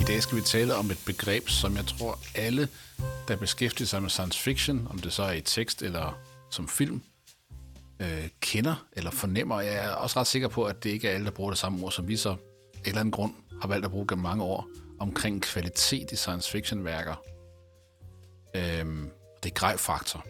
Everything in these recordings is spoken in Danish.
dag skal vi tale om et begreb, som jeg tror alle, der beskæftiger sig med science fiction, om det så er i tekst eller som film, kender eller fornemmer. Jeg er også ret sikker på, at det ikke er alle, der bruger det samme ord, som vi så af en eller anden grund har valgt at bruge gennem mange år, omkring kvalitet i science fiction-værker. Det er grej-faktor.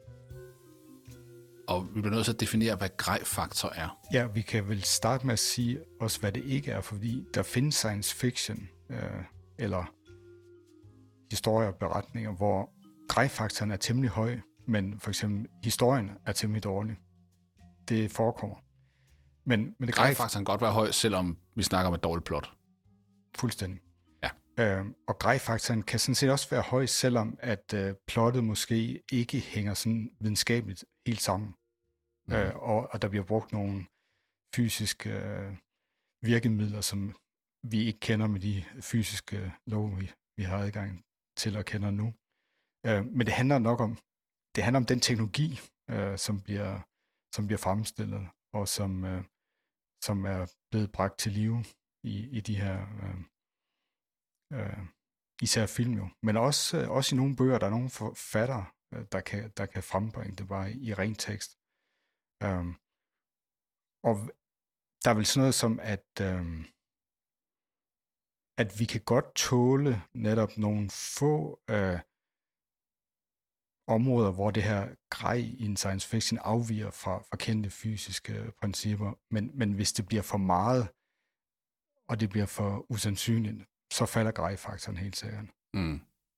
Og vi bliver nødt til at definere, hvad grej-faktor er. Ja, vi kan vel starte med at sige også, hvad det ikke er, fordi der findes science fiction eller historier og beretninger, hvor grej-faktoren er temmelig høj, men for eksempel historien er temmelig dårlig. Det forekommer. Men det grej-faktoren kan godt være høj, selvom vi snakker om et dårligt plot. Fuldstændig. Ja. Og grej-faktoren kan sådan set også være høj, selvom at plottet måske ikke hænger sådan videnskabeligt helt sammen. Og der bliver brugt nogle fysiske virkemidler, som vi ikke kender med de fysiske love, vi har adgang til at kende nu. Men det handler nok om den teknologi, som bliver fremstillet, og som er blevet bragt til live i de her især film jo. Men også i nogle bøger, der er nogle forfattere, der kan frembringe det bare i ren tekst. Og der er vel sådan noget som, at vi kan godt tåle netop nogle få områder, hvor det her grej i en science fiction afviger fra kendte fysiske principper. Men hvis det bliver for meget, og det bliver for usandsynligt, så falder grej-faktoren helt sikkert. Mm.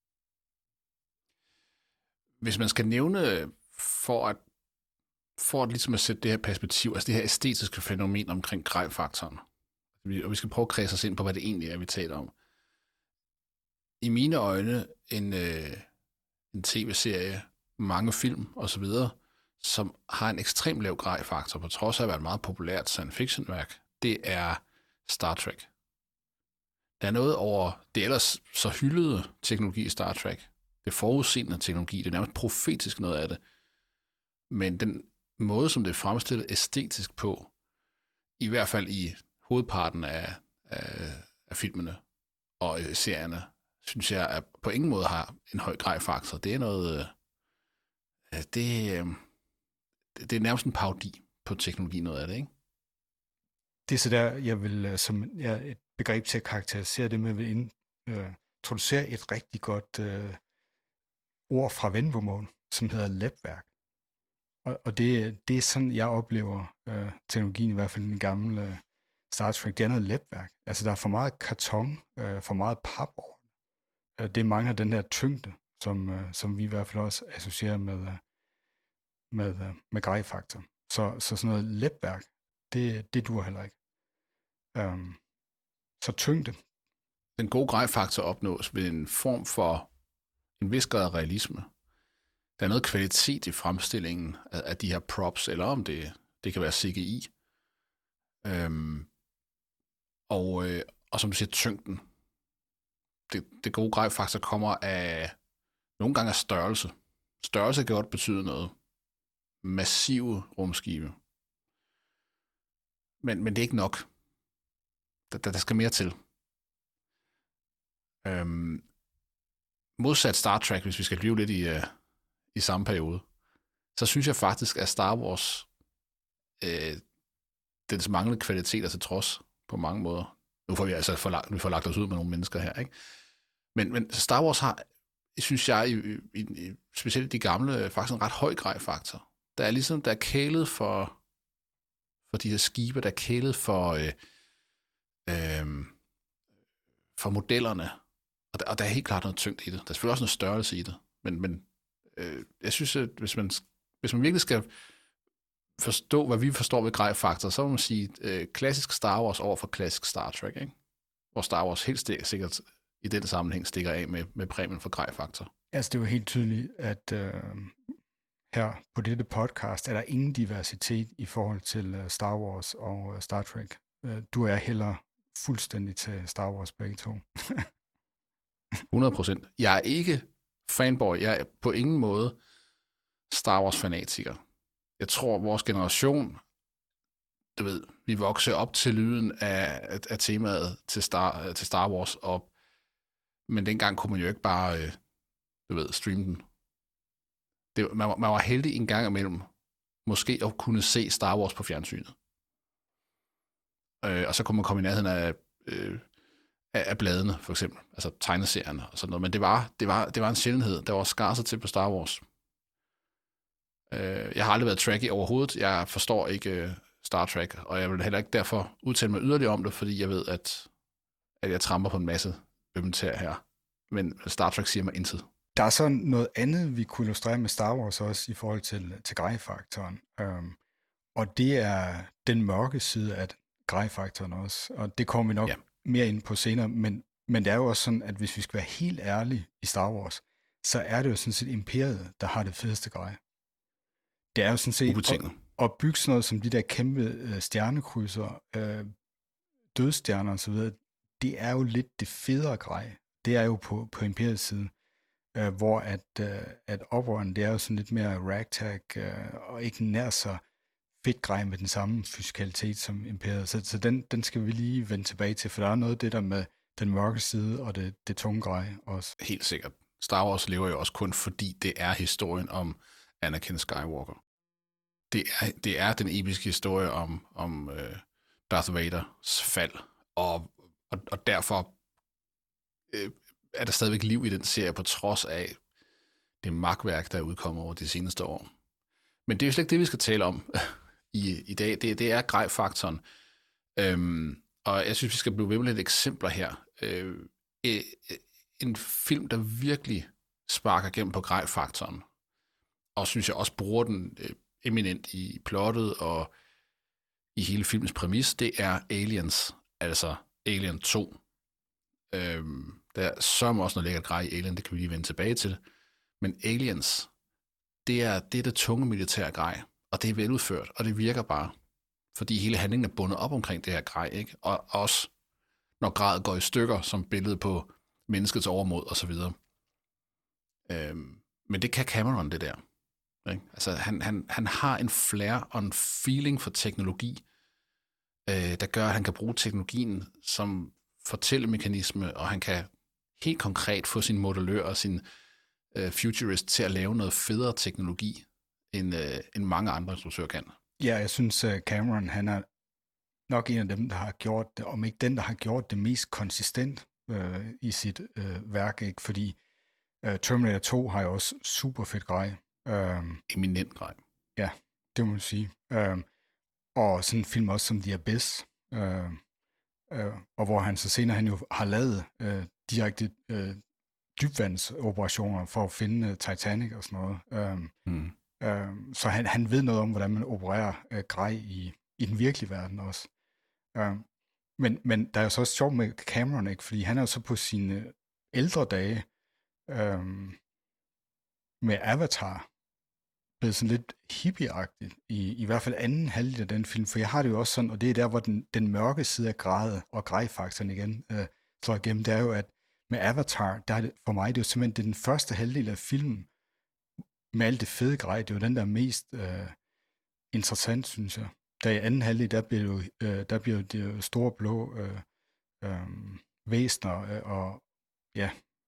Hvis man skal nævne, for at ligesom at sætte det her perspektiv, altså det her æstetiske fænomen omkring grej-faktoren, og vi skal prøve at kredse os ind på, hvad det egentlig er, vi taler om. I mine øjne, en tv-serie, mange film osv., som har en ekstrem lav grej-faktor, på trods af at være et meget populært science fiction-værk, det er Star Trek. Der er noget over det ellers så hyldede teknologi i Star Trek. Det forudseende teknologi, det er nærmest profetisk noget af det. Men den måde, som det er fremstillet æstetisk på, i hvert fald i hovedparten af filmene og serierne, synes jeg, at på ingen måde har en høj grej-faktor. Det er noget... Det er nærmest en parodi på teknologi, noget af det, ikke? Det er så der, jeg vil som et begreb til at karakterisere det med, at vi introducere et rigtig godt ord fra vendelbomål, som hedder læbværk. Og det er sådan, jeg oplever teknologien, i hvert fald den gamle Star Trek. Det er noget læbværk. Altså, der er for meget karton, for meget pap over det. Det mangler den der tyngde, som vi i hvert fald også associerer med grej-faktor. Så sådan noget læbværk, det duer heller ikke. Så tyngde. Den gode grej-faktor opnås ved en form for en vis grad af realisme. Der er noget kvalitet i fremstillingen af de her props, eller om det kan være CGI. Og som du siger, tyngden. Det gode grej-faktor kommer af nogle gange af størrelse. Størrelse kan godt betyde noget. Massive rumskibe. Men det er ikke nok. Der skal mere til. Modsat Star Trek, hvis vi skal blive lidt i samme periode, så synes jeg faktisk, at Star Wars, dens manglende kvaliteter til trods på mange måder, nu får vi altså vi får lagt os ud med nogle mennesker her, ikke? Men Star Wars har, synes jeg, specielt de gamle, faktisk en ret høj grej-faktor. Der er ligesom, der er kælet for de her skibe, der er kælet for modellerne, og der er helt klart noget tyngde i det. Der er selvfølgelig også noget størrelse i det, men jeg synes, at hvis man virkelig skal forstå, hvad vi forstår ved grej-faktor, så må man sige klassisk Star Wars over for klassisk Star Trek, ikke? Hvor Star Wars helt sikkert i den sammenhæng stikker af med præmien for grej-faktor. Altså, det er jo helt tydeligt, at her på dette podcast er der ingen diversitet i forhold til Star Wars og Star Trek. Du er heller fuldstændig til Star Wars begge to. 100%. Jeg er ikke fanboy. Jeg er på ingen måde Star Wars-fanatiker. Jeg tror, vores generation, du ved, vi vokser op til lyden af temaet til Star Wars, og Men dengang kunne man jo ikke bare, streame den. Man var heldig en gang imellem, måske at kunne se Star Wars på fjernsynet. Og så kunne man komme i nærheden af bladene, for eksempel. Altså tegneserierne og sådan noget. Men det var en sjældenhed. Der var skarser til på Star Wars. Jeg har aldrig været Trekkie overhovedet. Jeg forstår ikke Star Trek, og jeg vil heller ikke derfor udtale mig yderligere om det, fordi jeg ved, at jeg tramper på en masse ømmetær her. Men Star Trek siger mig intet. Der er så noget andet, vi kunne illustrere med Star Wars også i forhold til grej-faktoren. Og det er den mørke side af grej-faktoren også. Og det kommer vi nok mere ind på senere. Men det er jo også sådan, at hvis vi skal være helt ærlige i Star Wars, så er det jo sådan set imperiet, der har det fedeste grej. Det er jo sådan set at bygge sådan noget som de der kæmpe stjernekrydser, dødstjerner og så videre. Det er jo lidt det federe grej. Det er jo på imperiets side. Hvor at oprøren, det er jo sådan lidt mere ragtag, og ikke nær så fedt grej med den samme fysikalitet som imperiet. Så den skal vi lige vende tilbage til, for der er noget af det der med den mørke side og det tunge grej også. Helt sikkert. Star Wars lever jo også kun fordi det er historien om Anakin Skywalker. Det er den episke historie om Darth Vaders fald, og derfor er der stadigvæk liv i den serie, på trods af det magtværk, der er udkommet over de seneste år. Men det er jo slet ikke det, vi skal tale om i dag. Det er grej-faktoren. Og jeg synes, vi skal blive ved med lidt eksempler her. En film, der virkelig sparker gennem på grej-faktoren, og synes jeg også bruger den eminent i plottet og i hele filmens præmis, det er Aliens, altså Alien 2. Der er sørme også noget lækkert grej i Alien, det kan vi lige vende tilbage til. Men Aliens, det er det tunge militære grej, og det er veludført, og det virker bare, fordi hele handlingen er bundet op omkring det her grej, ikke? Og også når grejet går i stykker, som billede på menneskets overmod og så videre. Men det kan Cameron, det der. Ikke? Altså, han har en flair og en feeling for teknologi, der gør, at han kan bruge teknologien som fortællemekanisme, og han kan helt konkret få sin modellør og sin futurist til at lave noget federe teknologi, end mange andre instruktører kan. Ja, jeg synes, Cameron, han er nok en af dem, der har gjort det, om ikke den, der har gjort det mest konsistent i sit værk, ikke? Fordi Terminator 2 har jo også super fedt grej. Eminent grej. Ja, det må man sige. Og sådan en film også som The Abyss, og hvor han så senere han jo har lavet direkte dybvandsoperationer for at finde Titanic og sådan noget. Så han ved noget om, hvordan man opererer grej i den virkelige verden også. Men der er jo så også sjovt med Cameron, ikke? Fordi han er jo så på sine ældre dage med Avatar blevet sådan lidt hippieagtigt, i hvert fald anden halvdel af den film, for jeg har det jo også sådan, og det er der, hvor den mørke side af grejet og grejfaktoren igen slår igennem, det er jo, at med Avatar, der er det, for mig, det er jo simpelthen det er den første halvdel af filmen, med alt det fede grej, det er jo den, der er mest interessant, synes jeg. Der i anden halvdel, der bliver det jo store blå væsner, og ja,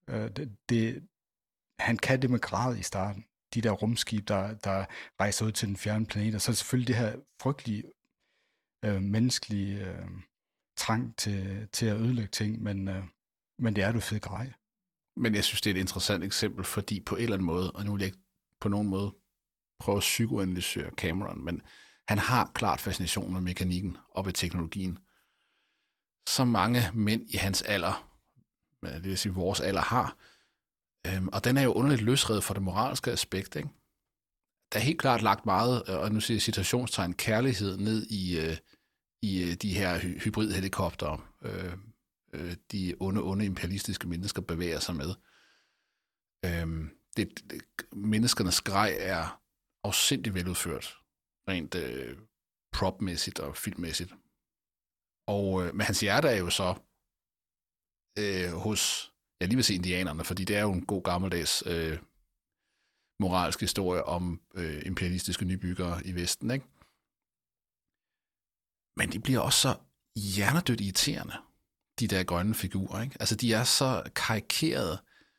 han kan det med grad i starten. De der rumskib, der rejser ud til den fjerne planet, og så er selvfølgelig det her frygtelige menneskelige trang til at ødelægge ting, men det er jo fedt grej. Men jeg synes, det er et interessant eksempel, fordi på en eller anden måde, og nu vil jeg ikke på nogen måde prøve at psykoanalysere Cameron, men han har klart fascination med mekanikken og ved teknologien. Så mange mænd i hans alder, det vil sige vores alder, har. Og den er jo underligt løsredet for det moralske aspekt, ikke? Der er helt klart lagt meget, og nu siger jeg citationstegn, kærlighed ned i de her hybridhelikoptere, de onde imperialistiske mennesker bevæger sig med. Menneskernes grej er afsindigt veludført, rent propmæssigt og filmmæssigt. Men hans hjerte er jo så hos, jeg lige vil sige indianerne, fordi det er jo en god gammeldags moralsk historie om imperialistiske nybyggere i Vesten, ikke? Men de bliver også så hjernedødt irriterende de der grønne figurer, ikke? Altså, de er så karikerede,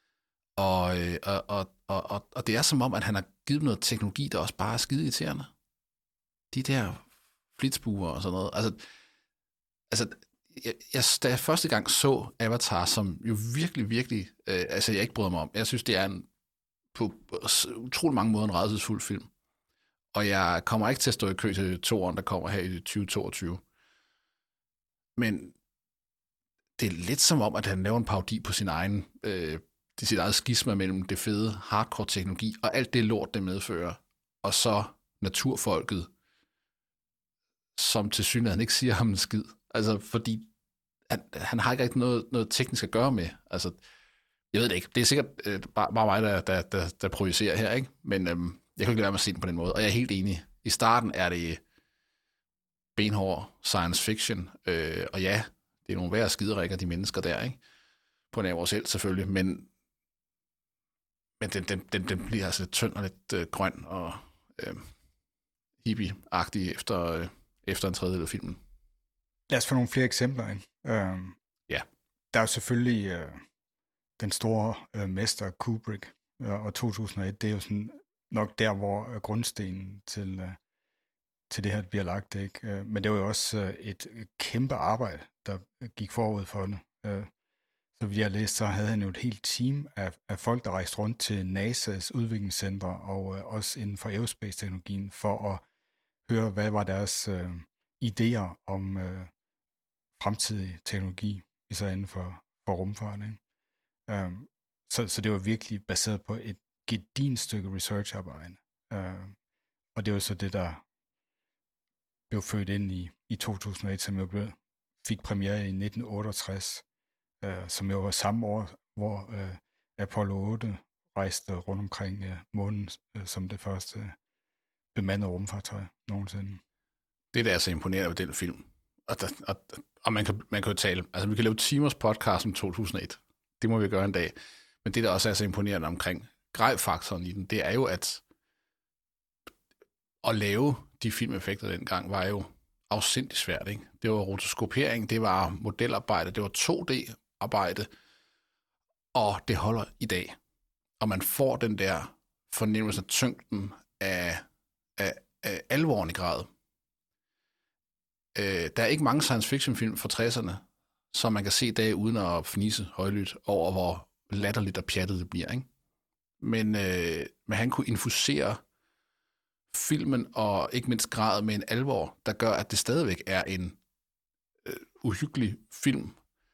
og det er som om, at han har givet noget teknologi, der også bare er skide irriterende. De der flitsbuer og sådan noget. Altså da jeg første gang så Avatar, som jo virkelig, virkelig, jeg ikke bryder mig om. Jeg synes, det er på utrolig mange måder en rædselsfuld film. Og jeg kommer ikke til at stå i kø til 2'eren, der kommer her i 2022. Men det er lidt som om, at han laver en parodi på sin egen, sit eget skisma mellem det fede hardcore-teknologi og alt det lort, det medfører, og så naturfolket, som til synligheden han ikke siger ham en skid. Altså, fordi han har ikke rigtig noget teknisk at gøre med. Altså, jeg ved det ikke. Det er sikkert bare mig, der projicerer her, ikke? Men jeg kan ikke lade være med at se den på den måde. Og jeg er helt enig. I starten er det benhård science fiction. Og ja, det er nogle værre skiderikker, de mennesker der, ikke? På nær vores selv selvfølgelig. Men den bliver altså lidt tynd og lidt grøn og hippie-agtig efter en tredjedel af filmen. Lad os få nogle flere eksempler ind. Ja. Der er jo selvfølgelig den store mester Kubrick, og 2001, det er jo sådan nok der, hvor grundstenen til det her bliver lagt, ikke? Men det var jo også et kæmpe arbejde, der gik forud for det. Så vi har læst, så havde han jo et helt team af folk, der rejste rundt til NASA's udviklingscenter, og også inden for aerospace-teknologien, for at høre, hvad var deres idéer om fremtidig teknologi, især inden for rumfart, ikke? Så det var virkelig baseret på et gedint stykke researcharbejde. Og det var så det, der blev født ind i 2001, som jo fik premiere i 1968, som jo var samme år, hvor Apollo 8 rejste rundt omkring månen som det første bemandede rumfartøj nogensinde. Det der er så imponerende ved den film. Og man kan jo tale, altså vi kan lave timers podcast om 2001. Det må vi gøre en dag. Men det der også er så imponerende omkring grejfaktoren i den, det er jo, at lave de filmeffekter dengang var jo afsindigt svært, ikke? Det var rotoskopering, det var modelarbejde, det var 2D-arbejde, og det holder i dag. Og man får den der fornemmelse af tyngden af alvoren i grad. Der er ikke mange science fiction film fra 60'erne, som man kan se i dag uden at fnise højlydt over, hvor latterligt og pjattet det bliver, ikke? Men han kunne infusere filmen og ikke mindst grad med en alvor, der gør, at det stadigvæk er en uhyggelig film,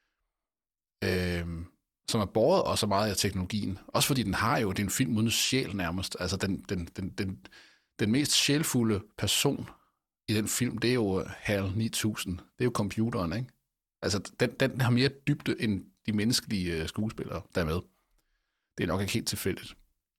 som er båret også meget af teknologien. Også fordi det er en film uden sjæl nærmest. Altså den mest sjælfulde person i den film, det er jo HAL 9000. Det er jo computeren, ikke? Altså den har mere dybde end de menneskelige skuespillere, der er med. Det er nok ikke helt tilfældigt.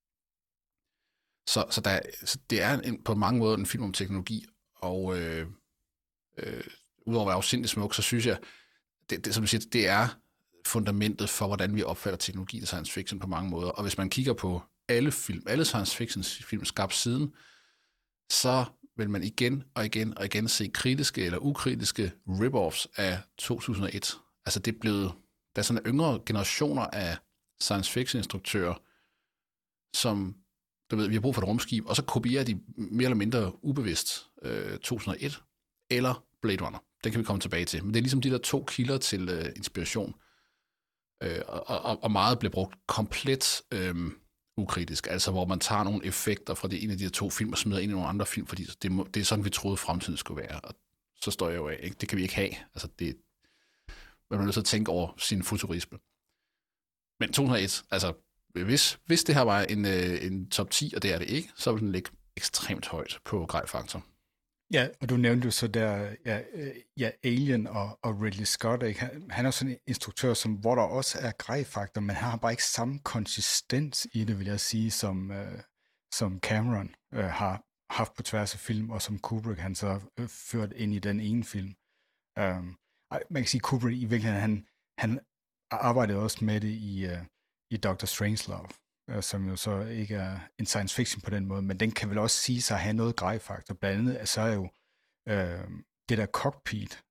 Så det er på mange måder en film om teknologi, og udover at være afsindigt smuk, så synes jeg, det, som du siger, det er fundamentet for, hvordan vi opfatter teknologi og science fiction på mange måder. Og hvis man kigger på alle science fiction film skabt siden, så vil man igen og igen og igen se kritiske eller ukritiske rip-offs af 2001. Altså det er blevet, der er sådan yngre generationer af science fiction instruktører, som, du ved, vi har brug for et rumskib, og så kopierer de mere eller mindre ubevidst 2001 eller Blade Runner. Den kan vi komme tilbage til. Men det er ligesom de der to kilder til inspiration. Og meget bliver brugt komplet ukritisk, altså hvor man tager nogle effekter fra en af de her to film og smider ind i nogle andre film, fordi det er sådan, vi troede, fremtiden skulle være. Og så står jeg jo af, ikke? Det kan vi ikke have. Altså man er nødt til at tænke over sin futurisme. Men 2001, altså hvis det her var en top 10, og det er det ikke, så vil den ligge ekstremt højt på grejfaktor. Ja, og du nævnte jo så der, Alien og Ridley Scott, ikke? Han er sådan en instruktør, hvor der også er grejfaktor, men han har bare ikke samme konsistens i det, vil jeg sige, som Cameron har haft på tværs af film, og som Kubrick han så ført ind i den ene film. Man kan sige, Kubrick i virkeligheden, han arbejdede også med det i Dr. Strangelove, som jo så ikke er en science fiction på den måde, men den kan vel også sige sig at have noget grejfaktor. Blandt andet så er jo det der cockpit,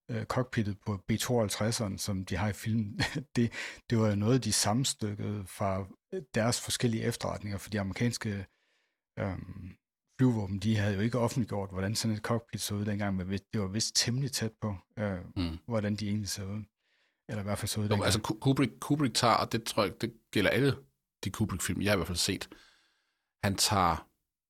cockpittet på B-52'eren, som de har i filmen, det var jo noget, de sammenstykkede fra deres forskellige efterretninger, for de amerikanske flyvåben, de havde jo ikke offentliggjort, hvordan sådan et cockpit så ud dengang, men det var vist temmelig tæt på, hvordan de egentlig så ud. Eller i hvert fald så ud dengang. Altså Kubrick tager, og det tror jeg, det gælder alle de Kubrick-film, jeg har i hvert fald set, han tager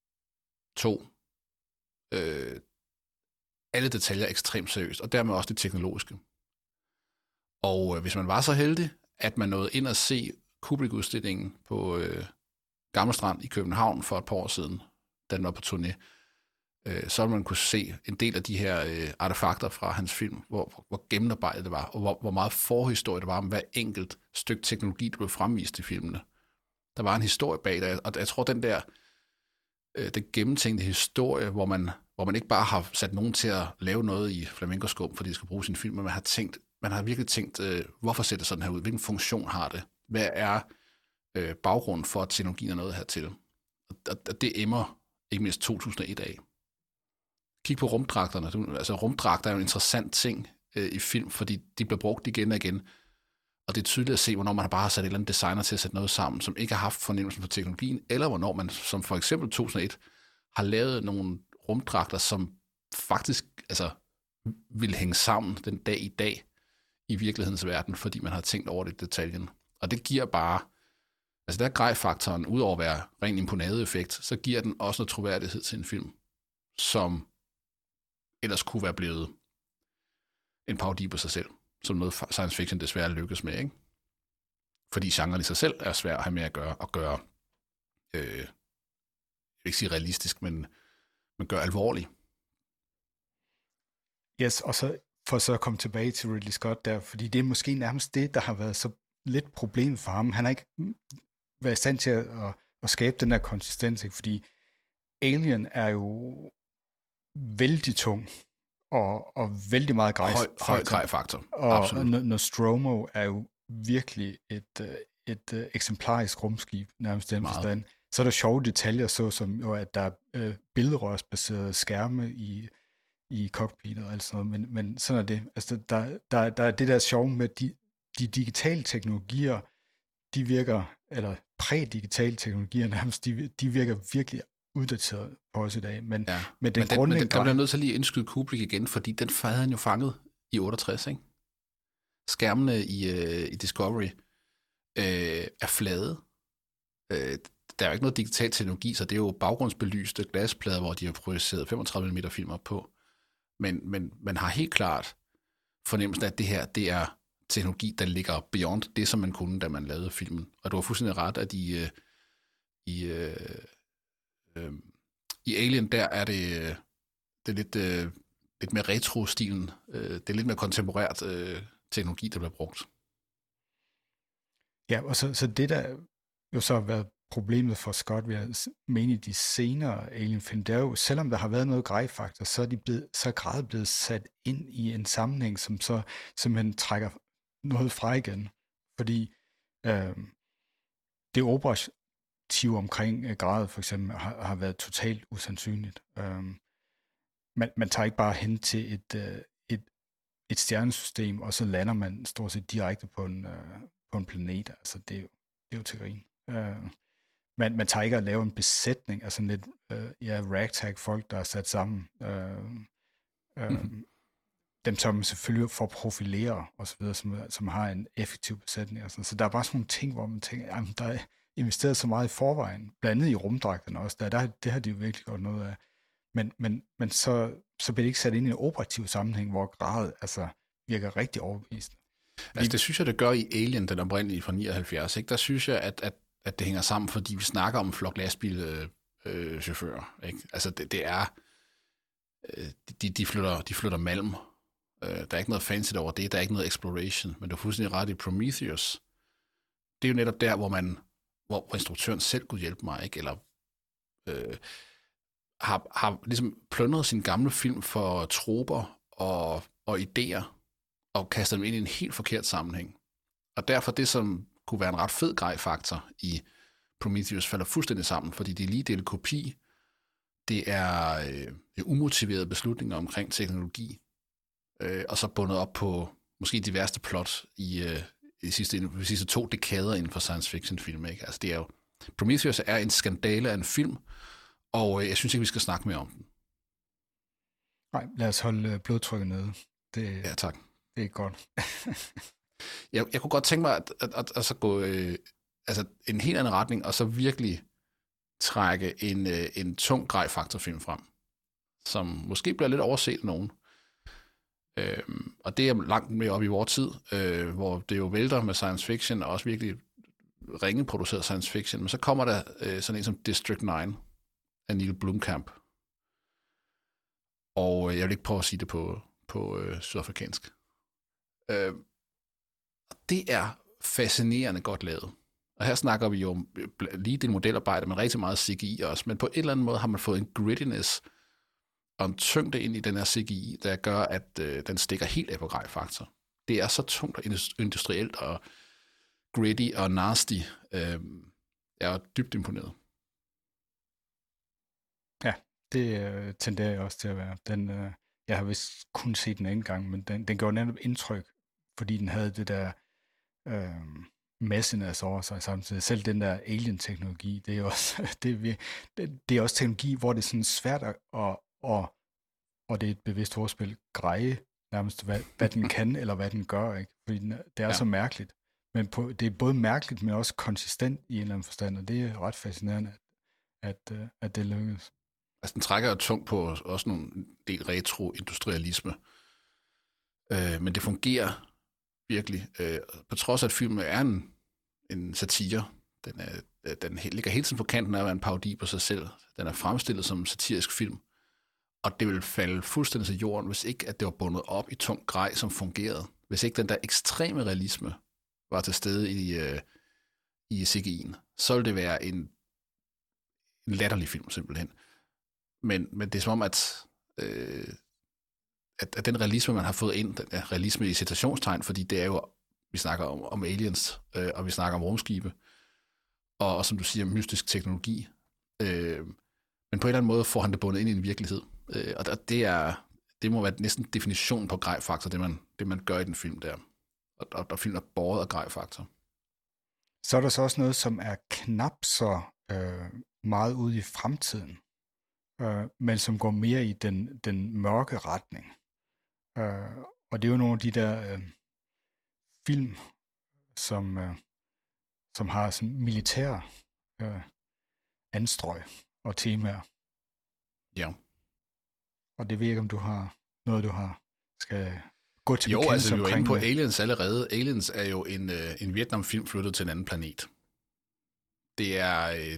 alle detaljer ekstremt seriøst, og dermed også det teknologiske. Og hvis man var så heldig, at man nåede ind og se Kubrick-udstillingen på Gamle Strand i København for et par år siden, da den var på turné, så man kunne se en del af de her artefakter fra hans film, hvor gennemarbejdet det var, og hvor meget forhistorie det var om hver enkelt stykke teknologi, der blev fremvist i filmene. Der var en historie bag det, og jeg tror, den gennemtænkte historie, hvor man ikke bare har sat nogen til at lave noget i flamenco-skum, fordi de skal bruge sin film, men man har virkelig tænkt, hvorfor ser det sådan her ud? Hvilken funktion har det? Hvad er baggrunden for, at teknologien er noget hertil? Og det emmer ikke mindst 2001 af. Kig på rumdragterne. Altså rumdragter er jo en interessant ting i film, fordi de bliver brugt igen og igen. Og det er tydeligt at se, hvornår man bare har sat et eller andet designer til at sætte noget sammen, som ikke har haft fornemmelsen for teknologien, eller hvornår man, som for eksempel 2001, har lavet nogle rumdragter, som faktisk vil hænge sammen den dag i dag i virkelighedens verden, fordi man har tænkt over det i detaljen. Og det giver bare, der er grej-faktoren, udover at være ren imponade-effekt, så giver den også noget troværdighed til en film, som ellers kunne være blevet en parodi på sig selv, som noget science fiction desværre lykkes med, ikke? Fordi genren i sig selv er svær at have med at gøre, jeg vil ikke sige realistisk, men gør alvorlig. Yes, og så for så at komme tilbage til Ridley Scott der, fordi det er måske nærmest det, der har været så lidt problem for ham. Han har ikke været i stand til at skabe den der konsistens, ikke? Fordi Alien er jo vældig tung, og vældig meget grej-faktor. Høj grej-faktor, og Nostromo er jo virkelig et eksemplarisk rumskib, nærmest den forstand. Så er der sjove detaljer, såsom jo, at der er billedrørsbaserede skærme i cockpittet og alt sådan noget, men sådan er det. Altså, der er det der sjove med, de digitale teknologier, de virker, eller prædigitale teknologier nærmest, de virker virkelig uddateret på os i dag. Men den grundlæggende... Der bliver nødt til lige at indskyde Kubrick igen, fordi den havde han jo fanget i 68, ikke? Skærmene i Discovery er flade. Der er jo ikke noget digital teknologi, så det er jo baggrundsbelyste glasplader, hvor de har projiceret 35 mm film op på. Men man har helt klart fornemmelsen af, at det her, det er teknologi, der ligger beyond det, som man kunne, da man lavede filmen. Og du har fuldstændig ret, at i Alien, der er det lidt mere retro-stilen. Det er lidt mere kontemporært teknologi, der bliver brugt. Ja, og så det, der jo så har været problemet for Scott, vil jeg mene i de senere Alien-film, det er jo, selvom der har været noget grej-faktor, så er gradet blevet sat ind i en sammenhæng, som så simpelthen trækker noget fra igen. Fordi det operative omkring gradet, for eksempel, har været totalt usandsynligt. Man tager ikke bare hen til et stjernesystem, og så lander man stort set direkte på en planet. Altså, det er jo til grin. Man tager ikke at lave en besætning af sådan lidt ragtag-folk, der er sat sammen. Dem, som selvfølgelig får profilere og så videre, som har en effektiv besætning. Så der er bare sådan nogle ting, hvor man tænker, jamen, der er investeret så meget i forvejen, blandt andet i rumdragterne også. Det har de jo virkelig gjort noget af. Men så bliver det ikke sat ind i en operativ sammenhæng, hvor gradet virker rigtig overbevisende. Altså det synes jeg, det gør i Alien, den oprindelige fra 79. Ikke? Der synes jeg, at det hænger sammen, fordi vi snakker om en flok lastbilchauffører. Ikke? Altså det er, de flytter malm. Der er ikke noget fancy over det, der er ikke noget exploration, men du er fuldstændig ret i Prometheus. Det er jo netop der, hvor instruktøren selv kunne hjælpe mig, ikke? Eller har ligesom plyndret sin gamle film for troper og idéer, og kastet dem ind i en helt forkert sammenhæng. Og derfor det, som kunne være en ret fed grej-faktor i Prometheus, falder fuldstændig sammen, fordi det er lige delt kopi. Det er umotiverede beslutninger omkring teknologi. og så bundet op på måske de værste plot i de sidste 2 dekader inden for science fiction film. Ikke? Altså, det er jo, Prometheus er en skandale af en film, og jeg synes ikke, vi skal snakke mere om den. Nej, lad os holde blodtrykket nede. Ja, tak. Det er godt. jeg kunne godt tænke mig at så gå en helt anden retning, og så virkelig trække en tung grej-faktorfilm frem, som måske bliver lidt overset af nogen. Og det er langt mere op i vores tid, hvor det jo vælter med science fiction, og også virkelig ringe produceret science fiction, men så kommer der sådan en som District 9 af Neil Blomkamp. Og jeg vil ikke prøve at sige det på sydafrikansk. Det er fascinerende godt lavet. Og her snakker vi jo om lige det modelarbejde, men rigtig meget CGI også, men på en eller anden måde har man fået en grittiness og en tyngde ind i den her CGI, der gør, at den stikker helt af på grej-faktor. Det er så tungt og industrielt og gritty og nasty. Jeg er dybt imponeret. Ja, det tenderer jeg også til at være. Jeg har vist kun set den en gang, men den gjorde netop indtryk, fordi den havde det der massenas over sig samtidig. Selv den der alien-teknologi, det er også, det er også teknologi, hvor det er sådan svært og det er et bevidst ordspil, greje nærmest, hvad den kan, eller hvad den gør, ikke? Fordi det er så mærkeligt. Men det er både mærkeligt, men også konsistent i en eller anden forstand, og det er ret fascinerende, at det lykkes. Altså, den trækker jo tungt på også nogle del retro-industrialisme. Men det fungerer virkelig. På trods af, at filmen er en satire, den ligger hele tiden på kanten af at være en parodi på sig selv. Den er fremstillet som en satirisk film. Og det ville falde fuldstændig til jorden, hvis ikke at det var bundet op i tung grej, som fungerede. Hvis ikke den der ekstreme realisme var til stede i CGI'en, så ville det være en latterlig film, simpelthen. Men det er som om, at den realisme, man har fået ind, den er realisme i citationstegn, fordi det er jo, vi snakker om aliens, og vi snakker om rumskibe, og som du siger, mystisk teknologi. Men på en eller anden måde får han det bundet ind i en virkelighed. Og det må være næsten definitionen på grej-faktor, det man gør i den film der. Og filmen er båret af grej-faktor. Så er der så også noget, som er knap så meget ude i fremtiden, men som går mere i den mørke retning. Og det er jo nogle af de der film, som har sådan militære anstrøg og temaer. Ja. Og det ved jeg ikke, om du har noget, skal gå til. Jo, altså vi var inde på Aliens allerede. Aliens er jo en Vietnam-film flyttet til en anden planet. Det er...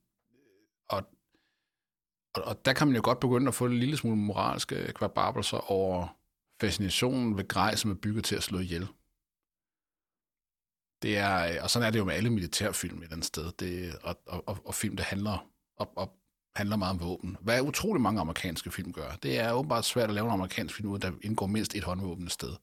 Og der kan man jo godt begynde at få en lille smule moralske kvababelser over fascinationen ved grej, som er bygget til at slå ihjel. Det er, og sådan er det jo med alle militærfilm et andet sted. Og film, der handler meget om våben. Hvad utrolig mange amerikanske film gør. Det er åbenbart svært at lave en amerikansk film, der indgår mindst et håndvåben et sted.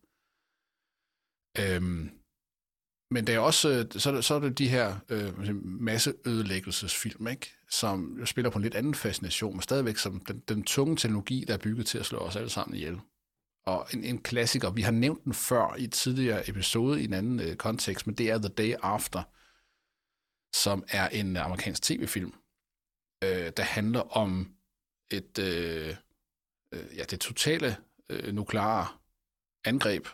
Men det er også, så er det de her masseødelæggelsesfilm, ikke? Som spiller på en lidt anden fascination, men stadigvæk som den tunge teknologi, der er bygget til at slå os alle sammen ihjel. Og en klassiker, vi har nævnt den før i et tidligere episode i en anden kontekst, men det er The Day After, som er en amerikansk tv-film, der handler om det totale nukleare angreb,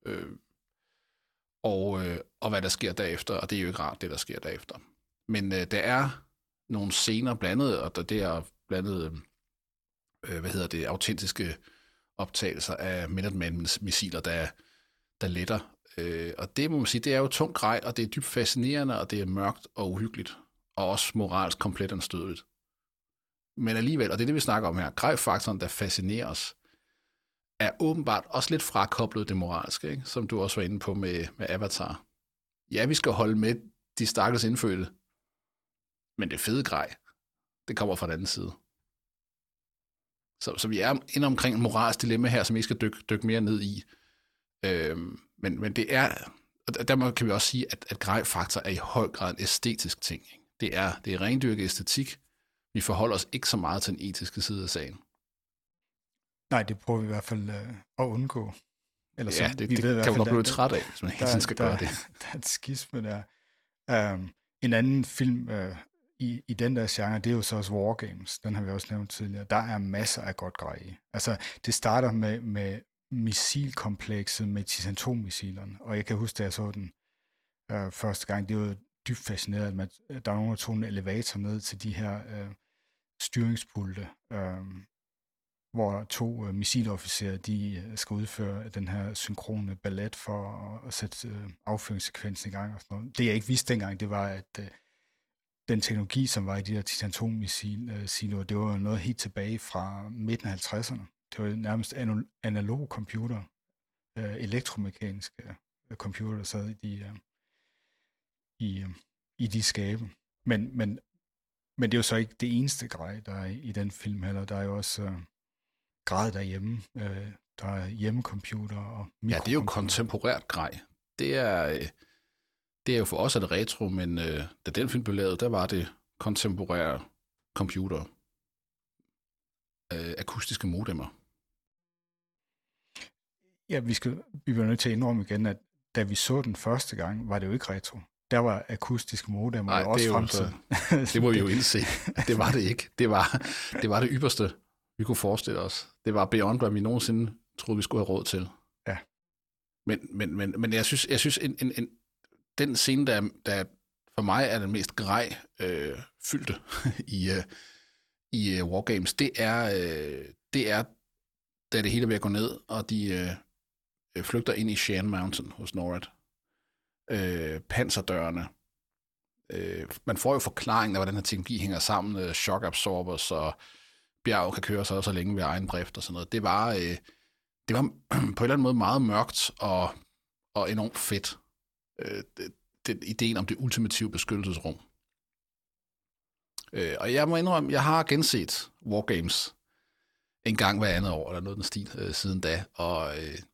og hvad der sker derefter, og det er jo ikke rart, det der sker derefter. Men der er nogle scener blandet, og det er blandet, autentiske optagelser af Minuteman-missiler, der letter. Og det må man sige, det er jo tung grej, og det er dybt fascinerende, og det er mørkt og uhyggeligt, og også moralsk komplet anstødeligt. Men alligevel, og det er det, vi snakker om her, grej-faktoren, der fascinerer os, er åbenbart også lidt frakoblet det moralske, ikke? Som du også var inde på med Avatar. Ja, vi skal holde med de stakkels indfødte, men det fede grej, det kommer fra den anden side. Så vi er inde omkring et moralsk dilemma her, som vi skal dykke mere ned i. Men det er, og der kan vi også sige, at grej-faktor er i høj grad en æstetisk ting. Ikke? Det er rendyrket æstetik. Vi forholder os ikke så meget til den etiske side af sagen. Nej, det prøver vi i hvert fald at undgå. Eller ja, det kan man godt blive træt af, hvis man hele tiden skal gøre det. Der er et skisme der. En anden film i den der genre, det er jo så også War Games. Den har vi også nævnt tidligere. Der er masser af godt grej i. Altså, det starter med missilkomplekset med Titan-2-missilerne. Og jeg kan huske, da jeg så den første gang, det var dybt fascineret, at der er nogen, der tog en elevator ned til de her styringspulte, hvor 2 missilofficerer, de skal udføre den her synkrone ballet for at sætte affyringssekvensen i gang og sådan noget. Det jeg ikke vidste dengang, det var, at den teknologi, som var i de der Titan-2-missiler, det var noget helt tilbage fra midten af 50'erne. Det var nærmest analog computer, elektromekaniske computer, der sad i de skabe. Men det er jo så ikke det eneste grej, der er i den film heller. Der er jo også grej derhjemme. Der er hjemmecomputer og mikrocomputer. Ja, det er jo kontemporært grej. Det er jo for os er det retro, men da den film blev lavet, der var det kontemporære computer. Akustiske modemer. Ja, vi bliver nødt til at indrømme igen, at da vi så den første gang, var det jo ikke retro. Der var akustiske modemer jo også fremtiden. Det må vi jo indse. Det var det ikke. Det var det ypperste, vi kunne forestille os. Det var beyond, hvad vi nogensinde troede, vi skulle have råd til. Ja. Men jeg synes den scene, der for mig er den mest grej fyldte i War Games, det er da det hele er ved at gå ned, og de flygter ind i Cheyenne Mountain hos NORAD. Panserdørene. Man får jo forklaringen af, hvordan den her teknologi hænger sammen. Shock absorbers, og bjerg kan køre sig så længe ved egen drift og sådan noget. Det var på en eller anden måde meget mørkt og enormt fedt. Ideen om det ultimative beskyttelsesrum. Og jeg må indrømme, jeg har genset War Games en gang hver andet år, eller noget den stil siden da, og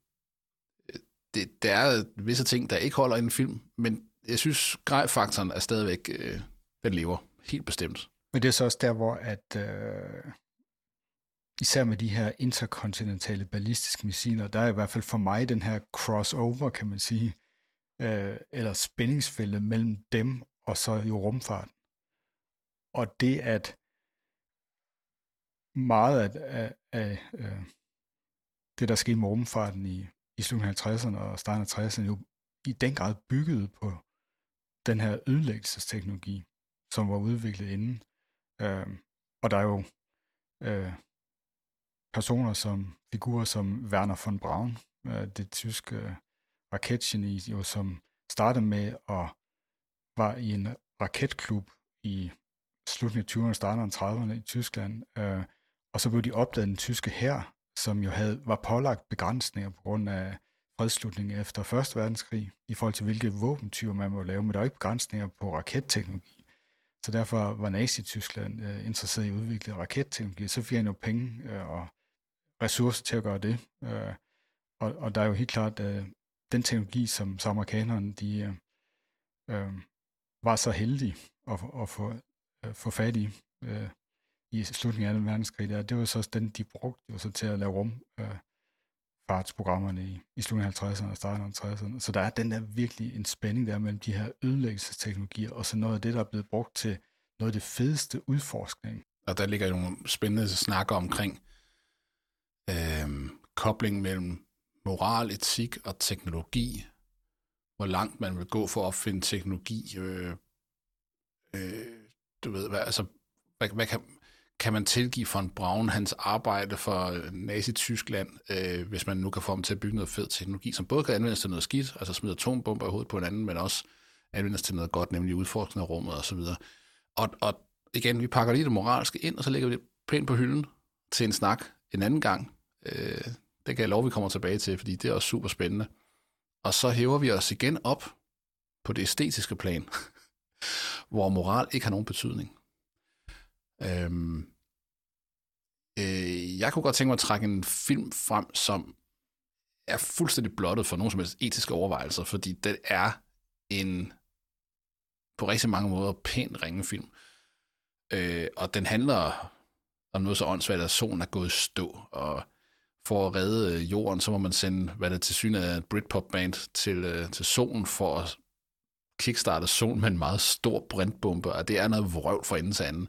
der er visse ting, der ikke holder i en film, men jeg synes, grejfaktoren er stadigvæk, den lever helt bestemt. Men det er så også der, hvor at især med de her interkontinentale ballistiske missiler, der er i hvert fald for mig den her crossover, kan man sige, eller spændingsfeltet mellem dem og så jo rumfarten. Og det, at meget af det, der skete med rumfarten i slutningen af 50'erne og starten af 60'erne, jo i den grad byggede på den her ødelæggelsesteknologi, som var udviklet inden. Og der er jo figurer som Werner von Braun, det tyske raketgeni, jo, som startede med at var i en raketklub i slutningen af 20'erne og starten af 30'erne i Tyskland, og så blev de opdaget den tyske hær, som jo var pålagt begrænsninger på grund af fredsslutningen efter 1. verdenskrig, i forhold til hvilke våbentyper man må lave, men der er ikke begrænsninger på raketteknologi. Så derfor var Nazi-Tyskland interesseret i at udvikle raketteknologi, så fik han jo penge og ressourcer til at gøre det. Og der er jo helt klart den teknologi, som amerikanerne de var så heldige at få fat i slutningen af 2. verdenskrig. Det var så den, de brugte jo så til at lave rumfartsprogrammerne i slutningen af 50'erne og starten af 60'erne. Så der er den der virkelig en spænding der mellem de her ødelæggelsesteknologier, og så noget af det, der er blevet brugt til noget af det fedeste udforskning. Og der ligger jo nogle spændende snakker omkring koblingen mellem moral, etik og teknologi. Hvor langt man vil gå for at opfinde teknologi. Du ved, hvad kan man tilgive von Braun hans arbejde for Nazi-Tyskland, hvis man nu kan få ham til at bygge noget fed teknologi, som både kan anvendes til noget skidt, altså smide atombomber i hovedet på hinanden, men også anvendes til noget godt, nemlig udforskning af rummet og så videre. Og igen, vi pakker lige det moralske ind, og så lægger vi det pænt på hylden til en snak en anden gang. Det kan jeg love, vi kommer tilbage til, fordi det er også super spændende. Og så hæver vi os igen op på det æstetiske plan, hvor moral ikke har nogen betydning. Jeg kunne godt tænke mig at trække en film frem, som er fuldstændig blottet for nogen som helst etiske overvejelser, fordi det er en på rigtig mange måder pænt ringe film. Og den handler om noget så åndssvagt, at solen er gået i stå, og for at redde jorden, så må man sende, hvad det til syne af et Britpop-band til solen for at kickstarte solen med en meget stor brintbombe, og det er noget vrøvl fra ende til anden.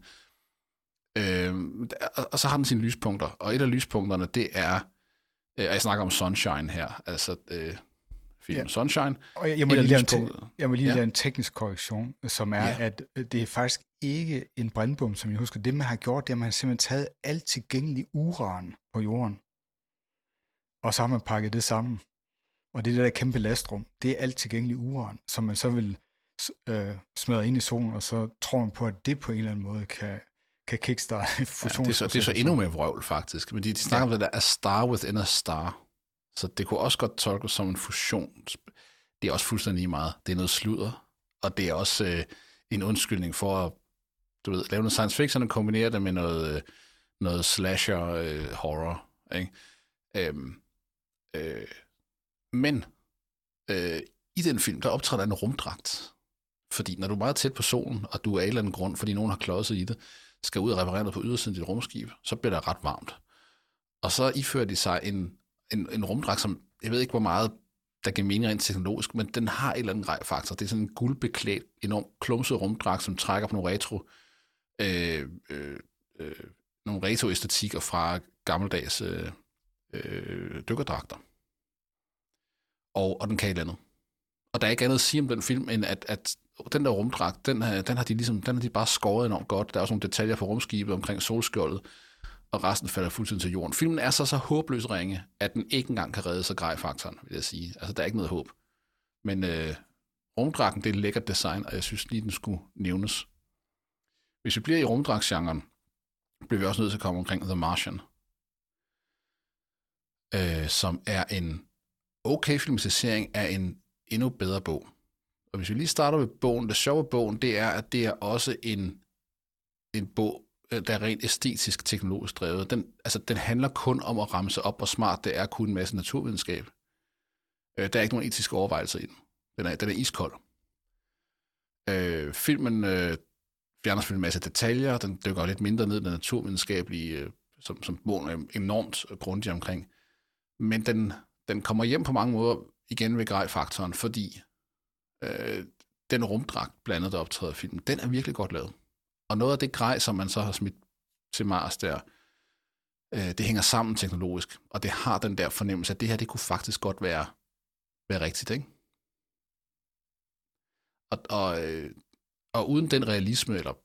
Og så har den sine lyspunkter, og et af lyspunkterne, det er, og jeg snakker om Sunshine her, altså filmen Sunshine. Og jeg må lige lave en teknisk korrektion, som er, at det er faktisk ikke en brandbom, som jeg husker. Det, man har gjort, det er, at man har simpelthen taget alt tilgængelig uran på jorden, og så har man pakket det sammen. Og det der kæmpe lastrum, det er alt tilgængelig uran, som man så vil smadre ind i solen, og så tror man på, at det på en eller anden måde kan kickstarte fusions. Det er så endnu mere vrøvl, faktisk. Men de snakker om det der, a star within a star. Så det kunne også godt tolkes som en fusion. Det er også fuldstændig meget. Det er noget sludder, og det er også en undskyldning for at lave noget science fiction og kombinere det med noget slasher horror. Ikke? Men i den film, der optræder en rumdragt. Fordi når du er meget tæt på solen, og du er af en eller anden grund, fordi nogen har klodset i det, skal ud og reparere noget på ydersiden af dit rumskib, så bliver det ret varmt. Og så ifører de sig en rumdragt, som jeg ved ikke, hvor meget der giver mening rent teknologisk, men den har en eller anden grej-faktor. Det er sådan en guldbeklædt, enormt klumset rumdragt, som trækker på nogle retro-æstetikker fra gammeldags dykkerdragter. Og den kan et eller andet. Og der er ikke andet at sige om den film, end at den der rumdragt, den har de bare skåret enormt godt. Der er også nogle detaljer på rumskibet omkring solskjoldet, og resten falder fuldstændig til jorden. Filmen er så håbløs ringe, at den ikke engang kan redde sig grej-faktoren, vil jeg sige. Altså, der er ikke noget håb. Men rumdragten, det er et lækkert design, og jeg synes lige, den skulle nævnes. Hvis vi bliver i rumdragtgenren, bliver vi også nødt til at komme omkring The Martian, som er en okay filmatisering af en endnu bedre bog. Og hvis vi lige starter med bogen, det sjove af bogen, det er, at det er også en bog, der er rent æstetisk teknologisk drevet. Den handler kun om at ramse op, hvor smart det er at kunne en masse naturvidenskab. Der er ikke nogen etiske overvejelser i den. Den er iskold. Filmen fjerner selvfølgelig en masse detaljer, den dykker lidt mindre ned i det naturvidenskabelige, som bogen er enormt grundig omkring. Men den kommer hjem på mange måder igen ved grej-faktoren, fordi den rumdragt blandet, der optræder i filmen, den er virkelig godt lavet. Og noget af det grej, som man så har smidt til Mars der, det hænger sammen teknologisk, og det har den der fornemmelse, at det her, det kunne faktisk godt være rigtigt, ikke? Og uden den realisme, eller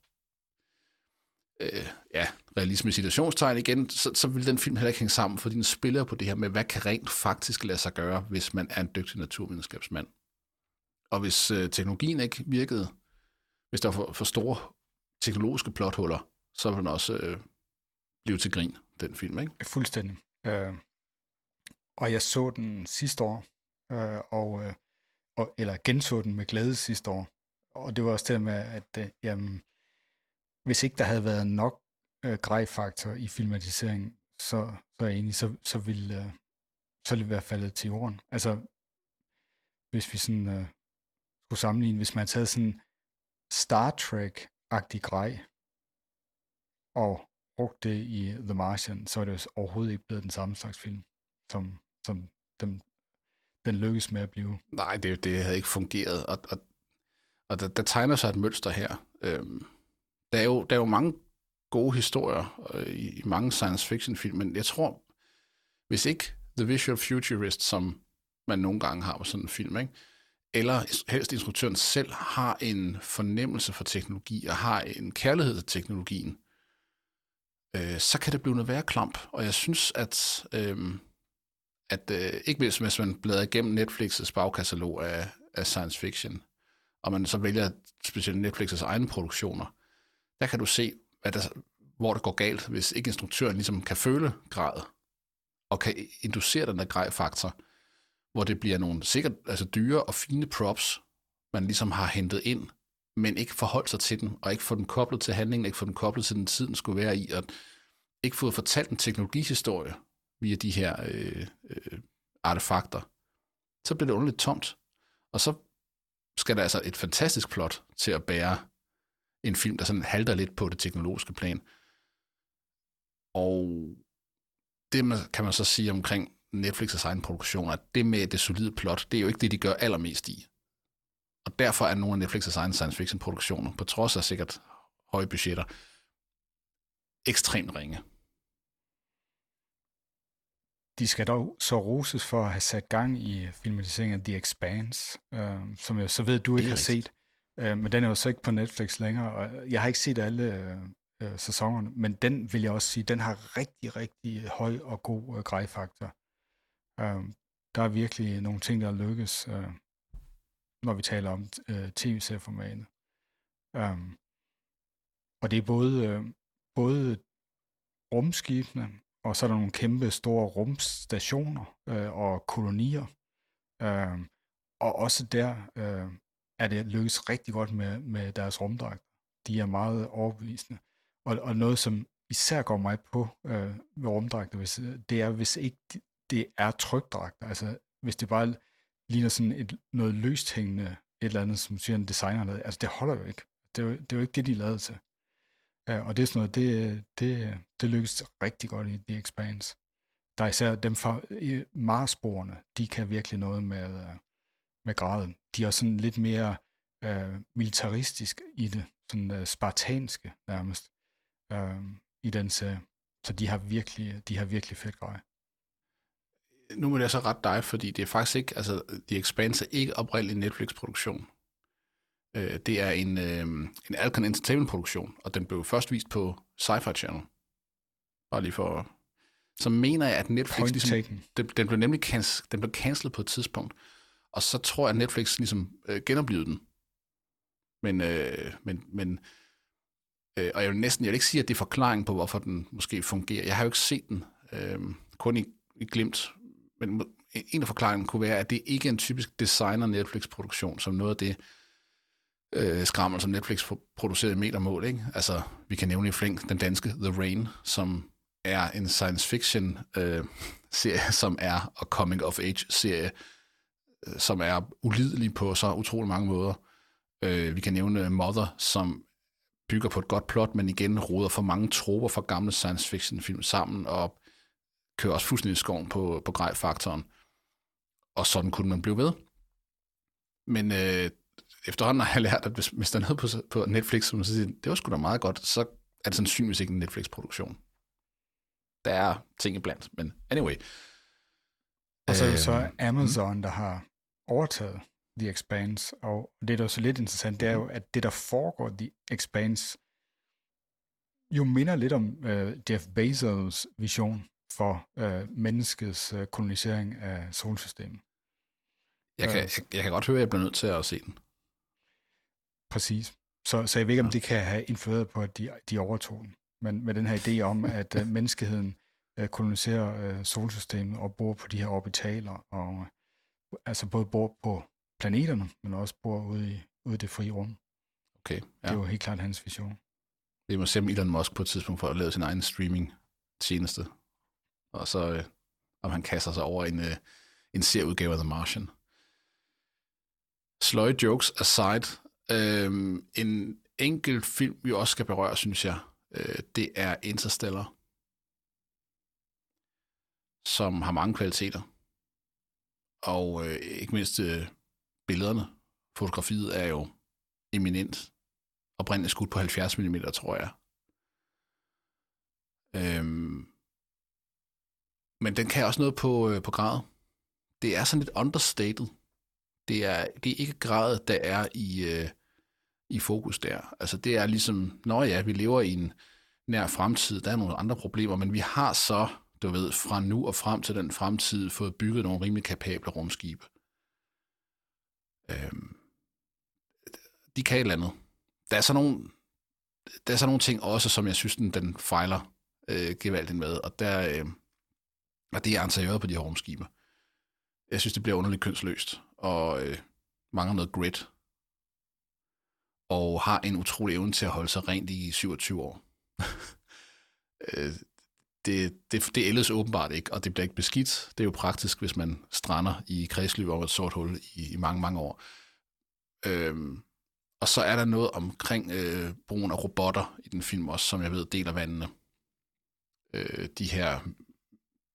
realisme i situationstegn igen, så vil den film heller ikke hænge sammen, fordi den spiller på det her med, hvad kan rent faktisk lade sig gøre, hvis man er en dygtig naturvidenskabsmand. Og hvis teknologien ikke virkede, hvis der var for store teknologiske plothuller, så vil den også blive til grin, den film, ikke? Fuldstændig. Og jeg så den sidste år, eller genså den med glæde sidste år. Og det var også det med, at hvis ikke der havde været nok grej-faktor i filmatiseringen, så er jeg enig, så ville det være faldet til jorden. Altså, hvis vi sådan skulle sammenligne, hvis man havde taget sådan Star Trek-agtig grej og brugt det i The Martian, så er det jo overhovedet ikke blevet den samme slags film, som den lykkes med at blive. Nej, det havde ikke fungeret, og der tegner sig et mønster her. Der er jo mange gode historier i mange science fiction film, men jeg tror, hvis ikke The Visual Futurist, som man nogle gange har på sådan en film, ikke? Eller helst instruktøren selv har en fornemmelse for teknologi og har en kærlighed til teknologien, så kan det blive noget værre klamp. Og jeg synes, at ikke mindst, hvis man bladrer igennem Netflix' bagkatalog af science fiction, og man så vælger specielt Netflix' egne produktioner, der kan du se, hvor det går galt, hvis ikke instruktøren ligesom kan føle grad, og kan inducere den der grej-faktor, hvor det bliver nogle sikkert dyre og fine props, man ligesom har hentet ind, men ikke forholdt sig til den, og ikke få den koblet til handlingen, ikke få den koblet til den tid, den skulle være i, og ikke fået fortalt en teknologihistorie via de her artefakter, så bliver det underligt tomt. Og så skal der altså et fantastisk plot til at bære en film, der sådan halter lidt på det teknologiske plan. Og kan man så sige omkring Netflix' egen produktion, at det med det solide plot, det er jo ikke det, de gør allermest i. Og derfor er nogle af Netflix' egen science fiction produktioner, på trods af sikkert høje budgetter, ekstremt ringe. De skal dog så roses for at have sat gang i filmatiseringen af The Expanse, som jeg så ved, du ikke har set. Men den er jo så ikke på Netflix længere, og jeg har ikke set alle sæsonerne, men den vil jeg også sige, den har rigtig, rigtig høj og god grejfaktor. Der er virkelig nogle ting, der lykkes, når vi taler om tv-serieformatet. Og det er både rumskibene, og så er der nogle kæmpe store rumstationer og kolonier. Og også der er det lykkes rigtig godt med deres rumdragter. De er meget overbevisende. Og noget, som især går mig på ved rumdragter, det er, hvis ikke det er trykdragter. Altså, hvis det bare ligner sådan noget løst hængende, et eller andet, som siger en designer lavede. Altså, det holder jo ikke. Det er jo ikke det, de lavede til. Og det er sådan noget, det lykkes rigtig godt i The Expanse. Der er især dem fra Mars-sporene, de kan virkelig noget med graden. De er også sådan lidt mere militaristisk i det, sådan spartanske nærmest, i den serie. Så de har virkelig fedt grej. Nu må jeg så rette dig, fordi det er faktisk ikke, altså The Expanse er ikke oprindelig en Netflix-produktion. Det er en Alcon Entertainment-produktion, og den blev først vist på Sci-Fi Channel. Bare lige for... Så mener jeg, at Netflix... Ligesom, den blev nemlig cancelet på et tidspunkt, og så tror jeg, at Netflix ligesom genoplevede den. Men og jeg vil ikke sige, at det er forklaring på, hvorfor den måske fungerer. Jeg har jo ikke set den, kun i glimt. Men en af forklaringen kunne være, at det ikke er en typisk designer-Netflix-produktion, som noget af det skrammel, som Netflix producerer i metermål. Ikke? Altså, vi kan nævne i flink den danske The Rain, som er en science fiction serie, som er og coming of age serie, som er ulidelig på så utrolig mange måder. Vi kan nævne Mother, som bygger på et godt plot, men igen roder for mange troper fra gamle science fiction film sammen, og kører også fuldstændig i skoven på grej-faktoren. Og sådan kunne man blive ved. Men efterhånden har jeg lært, at hvis der er noget på Netflix, som man siger, det var sgu da meget godt, så er det sandsynligvis ikke en Netflix-produktion. Der er ting iblandt, men anyway. Og så er det så Amazon, der har overtaget The Expanse, og det, der er så lidt interessant, det er jo, at det, der foregår The Expanse, jo minder lidt om Jeff Bezos' vision for menneskets kolonisering af solsystemet. Jeg kan godt høre, at jeg bliver nødt til at se den. Præcis. Så jeg ved ikke, om det kan have influeret på, at de overtog den. Men med den her idé om, at menneskeheden koloniserer solsystemet og bor på de her orbitaler, og altså både bor på planeterne, men også bor ude i det frie rum. Okay, ja. Det er jo helt klart hans vision. Vi må se om Elon Musk på et tidspunkt for at lave sin egen streaming-tjeneste. Og så om han kaster sig over en serieudgave af The Martian. Sløje jokes aside, en enkelt film, vi også skal berøre, synes jeg, det er Interstellar, som har mange kvaliteter. Og ikke mindst billederne. Fotografiet er jo eminent. Oprindeligt skudt på 70 mm, tror jeg. Men den kan også noget på grad. Det er sådan lidt understated. Det er ikke gradet, der er i fokus der. Altså det er ligesom, vi lever i en nær fremtid, der er nogle andre problemer, men vi har så, du ved, fra nu og frem til den fremtid, fået bygget nogle rimelig kapable rumskibe. De kan et eller andet. Der er så nogle ting også, som jeg synes, den fejler gevaldigt med, og det er interiøret på de her rumskibe. Jeg synes, det bliver underligt kønsløst, og mangler noget grit, og har en utrolig evne til at holde sig rent i 27 år. Det ældes åbenbart ikke, og det bliver ikke beskidt. Det er jo praktisk, hvis man strander i kredsløb over et sort hul i mange, mange år. Og så er der noget omkring brugen af robotter i den film også, som jeg ved deler vandene. De her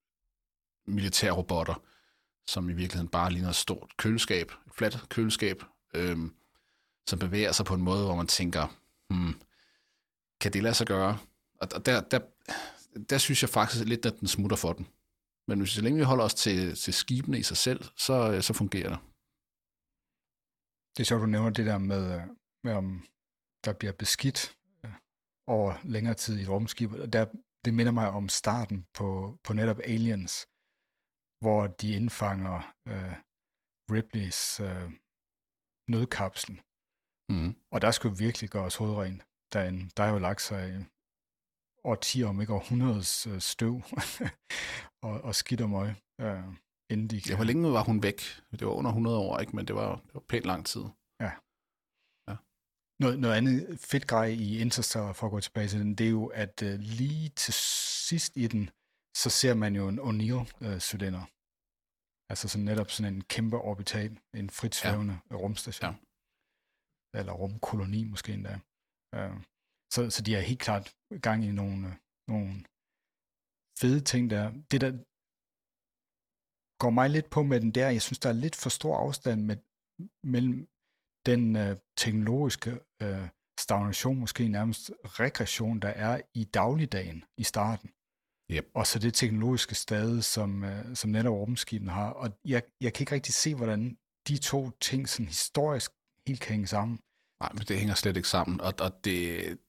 militærrobotter, som i virkeligheden bare ligner et stort køleskab, et fladt køleskab, som bevæger sig på en måde, hvor man tænker, kan det lade sig gøre? Og der synes jeg faktisk lidt, at den smutter for den. Men så længe vi holder os til skibene i sig selv, så fungerer det. Det er sjovt, du nævner det der med om der bliver beskidt over længere tid i et rumskib. Det minder mig om starten på netop Aliens, hvor de indfanger Ripleys nødkapsel. Og der skulle virkelig gøres hovedrent derinde. Der er jo lagt sig årtier, om ikke århundredes støv og skidt og møg, inden de kan... Ja, hvor længe var hun væk? Det var under 100 år, ikke? Men det var pænt lang tid. Ja. Noget andet fedt grej i Interstellar, for at gå tilbage til den, det er jo, at lige til sidst i den, så ser man jo en O'Neill-cylinder. Altså sådan netop sådan en kæmpe orbital, en frit svævende rumstation. Ja. Eller rumkoloni måske endda. Så de har helt klart gang i nogle fede ting der. Det der går mig lidt på med den der, jeg synes, der er lidt for stor afstand mellem den teknologiske stagnation, måske nærmest regression, der er i dagligdagen i starten. Yep. Og så det teknologiske stade, som netop rumskibene har. Og jeg kan ikke rigtig se, hvordan de to ting sådan historisk helt kan hænge sammen. Nej, men det hænger slet ikke sammen. Og det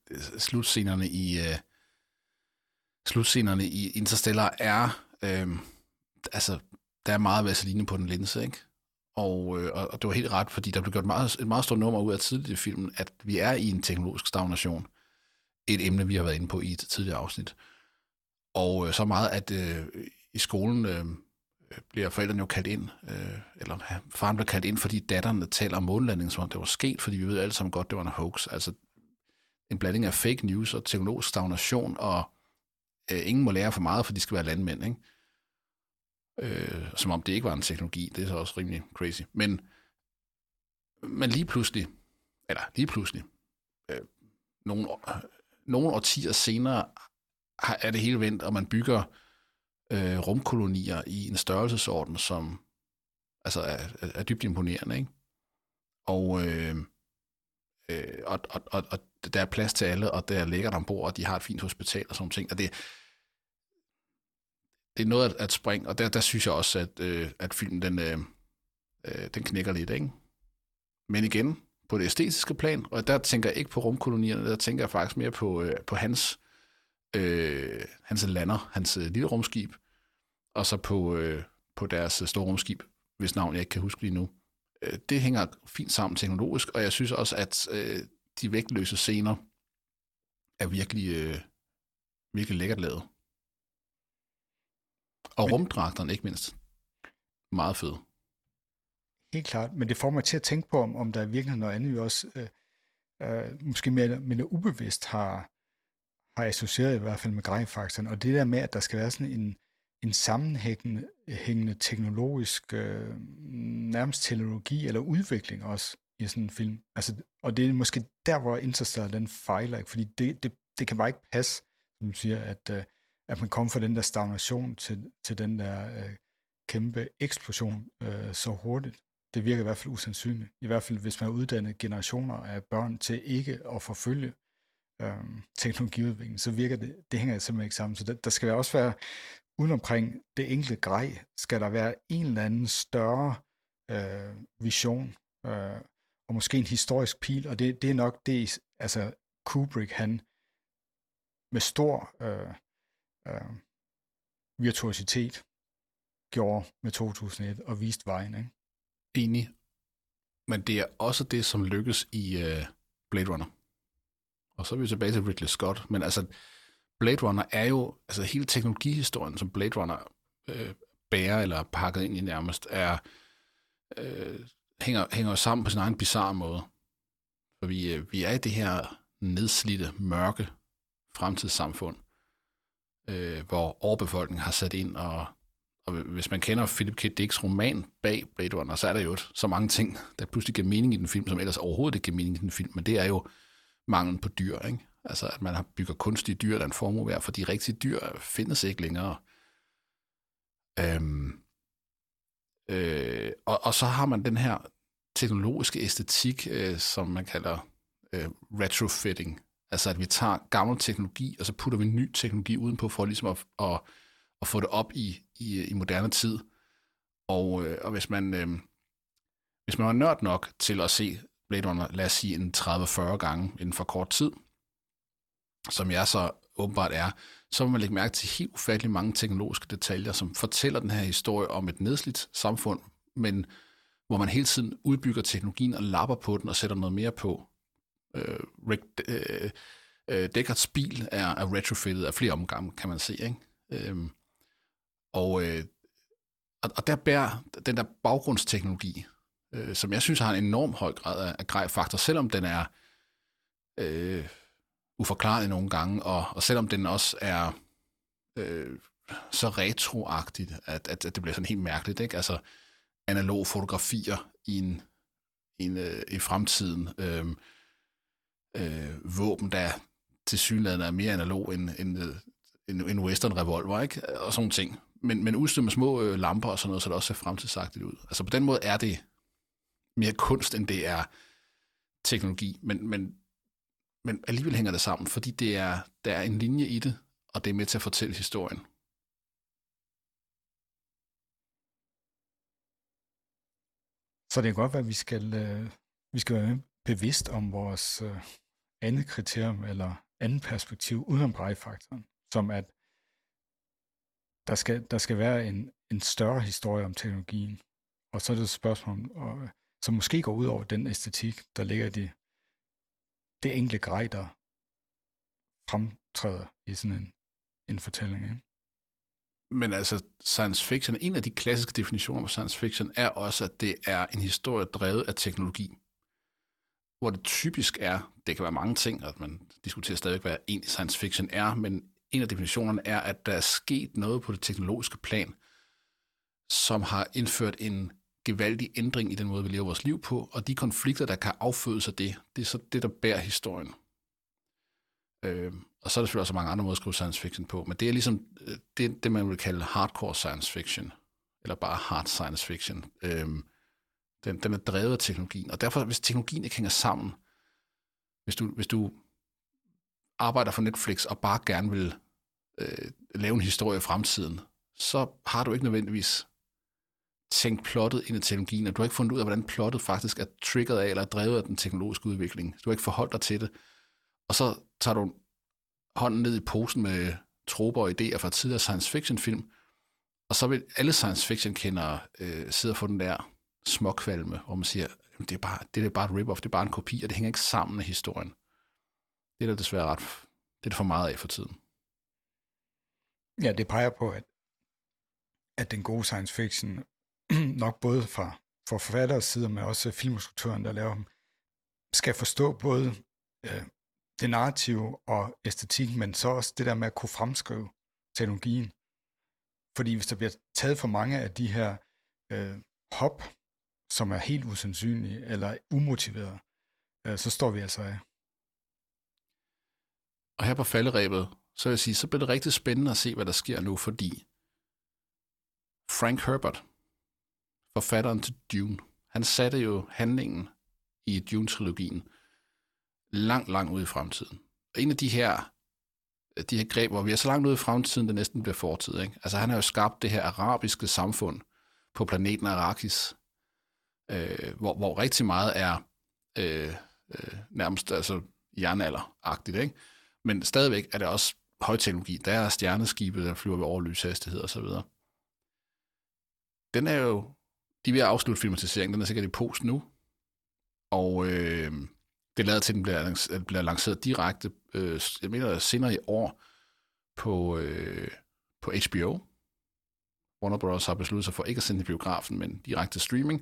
slutscenerne i Interstellar er, altså, der er meget vaseline på den linse, ikke? Og det var helt ret, fordi der blev gjort et meget stort nummer ud af tidligere i filmen, at vi er i en teknologisk stagnation. Et emne, vi har været inde på i et tidligere afsnit. Og så meget, at i skolen bliver forældrene jo kaldt ind, eller faren bliver kaldt ind, fordi datterne taler om månelandingen, som om det var sket, fordi vi ved alle sammen godt, det var en hoax. Altså en blanding af fake news og teknologisk stagnation, og ingen må lære for meget, for de skal være landmænd, ikke? Som om det ikke var en teknologi. Det er så også rimelig crazy. Men lige pludselig, nogle årtier senere, er det hele vendt, og man bygger rumkolonier i en størrelsesorden, som altså er dybt imponerende, ikke? Og der er plads til alle, og der ligger der ombord, og de har et fint hospital og sådan ting. Og det er noget at springe, og der synes jeg også, at filmen den knækker lidt, ikke? Men igen, på det æstetiske plan, og der tænker jeg ikke på rumkolonierne, der tænker jeg faktisk mere på hans lander, hans lille rumskib, og så på deres store rumskib, hvis navn jeg ikke kan huske lige nu. Det hænger fint sammen teknologisk, og jeg synes også, at de vægtløse scener er virkelig lækkert lavet. Og rumdragterne ikke mindst. Meget fede. Helt klart, men det får mig til at tænke på, om der er virkelig noget andet, vi også måske mere ubevidst har associeret i hvert fald med grejfaktoren, og det der med, at der skal være sådan en sammenhængende teknologisk nærmest teknologi eller udvikling også i sådan en film. Altså, og det er måske der, hvor Interstellar den fejler, ikke? Fordi det kan bare ikke passe, som du siger, at man kommer fra den der stagnation til den der kæmpe eksplosion så hurtigt. Det virker i hvert fald usandsynligt. I hvert fald, hvis man har uddannet generationer af børn til ikke at forfølge teknologiudvikling, så virker det hænger simpelthen ikke sammen. Så der skal også være, udenomkring det enkelte grej, skal der være en eller anden større vision, og måske en historisk pil, og det er nok det, altså Kubrick, han med stor virtuositet gjorde med 2001 og viste vejen, ikke? Enig. Men det er også det, som lykkes i Blade Runner. Og så er vi tilbage til Ridley Scott. Men altså, Blade Runner er jo, altså hele teknologihistorien, som Blade Runner bærer eller pakket ind i nærmest, hænger sammen på sin egen bizarre måde. For vi er i det her nedslidte, mørke fremtidssamfund, hvor overbefolkningen har sat ind, og hvis man kender Philip K. Dicks roman bag Blade Runner, så er der jo så mange ting, der pludselig giver mening i den film, som ellers overhovedet ikke giver mening i den film, men det er jo manglen på dyr, ikke? Altså, at man har bygget kunstige dyr, der er en formue værd, for de rigtige dyr findes ikke længere. Og så har man den her teknologiske æstetik, som man kalder retrofitting. Altså at vi tager gammel teknologi, og så putter vi ny teknologi udenpå for ligesom at få det op i moderne tid. Og hvis man var nørd nok til at se Blade Runner, lad os sige en 30-40 gange inden for kort tid, som jeg så åbenbart er, så vil man lægge mærke til helt ufattelig mange teknologiske detaljer, som fortæller den her historie om et nedslidt samfund, men hvor man hele tiden udbygger teknologien og lapper på den og sætter noget mere på. Deckards bil er retrofitted af flere omgange, kan man se, ikke? Og der bærer den der baggrundsteknologi, som jeg synes har en enorm høj grad af grej-faktor, selvom den er uforklaret nogle gange, og selvom den også er så retroagtigt, at det bliver sådan helt mærkeligt, ikke? Altså analog fotografier i fremtiden, våben, der tilsyneladende er mere analog end western revolver, ikke? Og sådan nogle ting. Men udstyret med små lamper og sådan noget, så det også ser fremtidsagtigt ud. Altså på den måde er det mere kunst, end det er teknologi. Men alligevel hænger det sammen, fordi der er en linje i det, og det er med til at fortælle historien. Så det kan godt være, at vi skal være bevidst om vores andet kriterium eller andet perspektiv udenom grej-faktoren, som at der skal være en større historie om teknologien. Og så er det et spørgsmål, som måske går ud over den æstetik, der ligger i det enkelte grej, der fremtræder i sådan en fortælling. Ikke? Men altså, science fiction, en af de klassiske definitioner på science fiction, er også, at det er en historie drevet af teknologi. Hvor det typisk er, det kan være mange ting, at man diskuterer stadig, hvad egentlig science fiction er, men en af definitionerne er, at der er sket noget på det teknologiske plan, som har indført en gevaldig ændring i den måde, vi lever vores liv på, og de konflikter, der kan affødes af det er så det, der bærer historien. Og så er der selvfølgelig også mange andre måder at skrive science fiction på, men det er ligesom det man vil kalde hardcore science fiction, eller bare hard science fiction. Den er drevet af teknologien, og derfor, hvis teknologien ikke hænger sammen, hvis du arbejder for Netflix og bare gerne vil lave en historie i fremtiden, så har du ikke nødvendigvis tænkt plottet ind i teknologien, og du har ikke fundet ud af, hvordan plottet faktisk er triggeret af, eller er drevet af den teknologiske udvikling. Du har ikke forholdt dig til det. Og så tager du hånden ned i posen med troper og idéer fra tidligere science fiction film, og så vil alle science fiction kendere sidde og få den der småkvalme, hvor man siger, det er bare et rip-off, det er bare en kopi, og det hænger ikke sammen med historien. Det er der desværre det er for meget af for tiden. Ja, det peger på, at den gode science fiction, nok både fra forfatteres side, men også filminstruktøren, der laver dem, skal forstå både det narrative og æstetikken, men så også det der med at kunne fremskrive teknologien. Fordi hvis der bliver taget for mange af de her hop, som er helt usandsynlige eller umotiverede, så står vi altså af. Og her på falderebet, så vil jeg sige, så bliver det rigtig spændende at se, hvad der sker nu, fordi Frank Herbert, forfatteren til Dune, han satte jo handlingen i Dune-trilogien langt ud i fremtiden. Og en af de her greb, hvor vi er så langt ude i fremtiden, det næsten bliver fortid. Ikke? Altså han har jo skabt det her arabiske samfund på planeten Arrakis, hvor rigtig meget er nærmest altså jernalderagtigt, ikke? Men stadigvæk er det også højteknologi. Der er stjerneskibe, der flyver ved over lyshastighed og så videre. Den er jo, de er ved at afslutte filmatiseringen, den er sikkert i post nu, og det lader til, at den bliver lanceret direkte, jeg mener senere i år, på HBO. Warner Bros. Har besluttet sig for ikke at sende i biografen, men direkte streaming.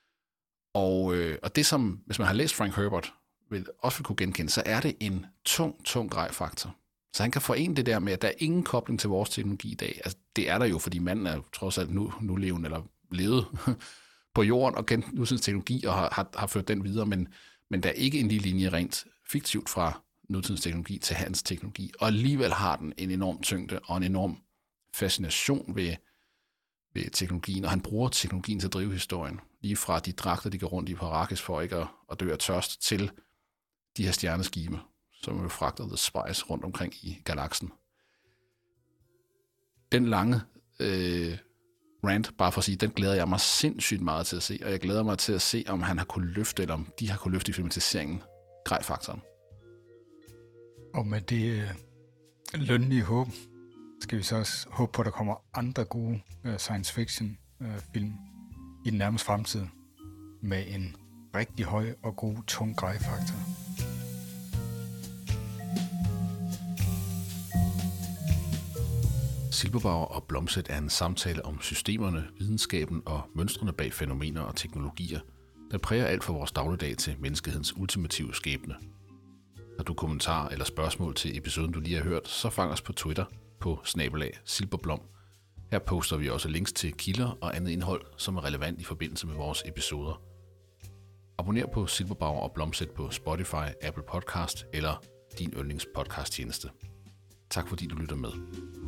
Og det som, hvis man har læst Frank Herbert, også vil kunne genkende, så er det en tung grej-faktor. Så han kan forene det der med, at der er ingen kobling til vores teknologi i dag. Altså, det er der jo, fordi manden er trods alt nu levende, eller levet på jorden og kendt nutidens teknologi, og har ført den videre, men der er ikke en lige linje rent fiktivt fra nutidens teknologi til hans teknologi. Og alligevel har den en enorm tyngde og en enorm fascination ved ved teknologien, og han bruger teknologien til at drive historien. Lige fra de dragter, de går rundt i på Arrakis for ikke at dø af tørst, til de her stjerneskibe, som jo fragter The Spice rundt omkring i galaksen. Den lange rant, bare for at sige, den glæder jeg mig sindssygt meget til at se, og jeg glæder mig til at se, om han har kunnet løfte, eller om de har kunnet løfte i filmatiseringen grej-faktoren. Og med det lønlige håb, skal vi så også håbe på, at der kommer andre gode science fiction film i den nærmeste fremtid, med en rigtig høj og god, tung grej-faktor. Silberbauer og Blomstedt er en samtale om systemerne, videnskaben og mønstrene bag fænomener og teknologier, der præger alt fra vores dagligdag til menneskehedens ultimative skæbne. Har du kommentarer eller spørgsmål til episoden, du lige har hørt, så fang os på Twitter på @silberblom. Her poster vi også links til kilder og andet indhold, som er relevant i forbindelse med vores episoder. Abonner på Silberbauer og Blomstedt på Spotify, Apple Podcast eller din yndlingspodcast tjeneste. Tak fordi du lytter med.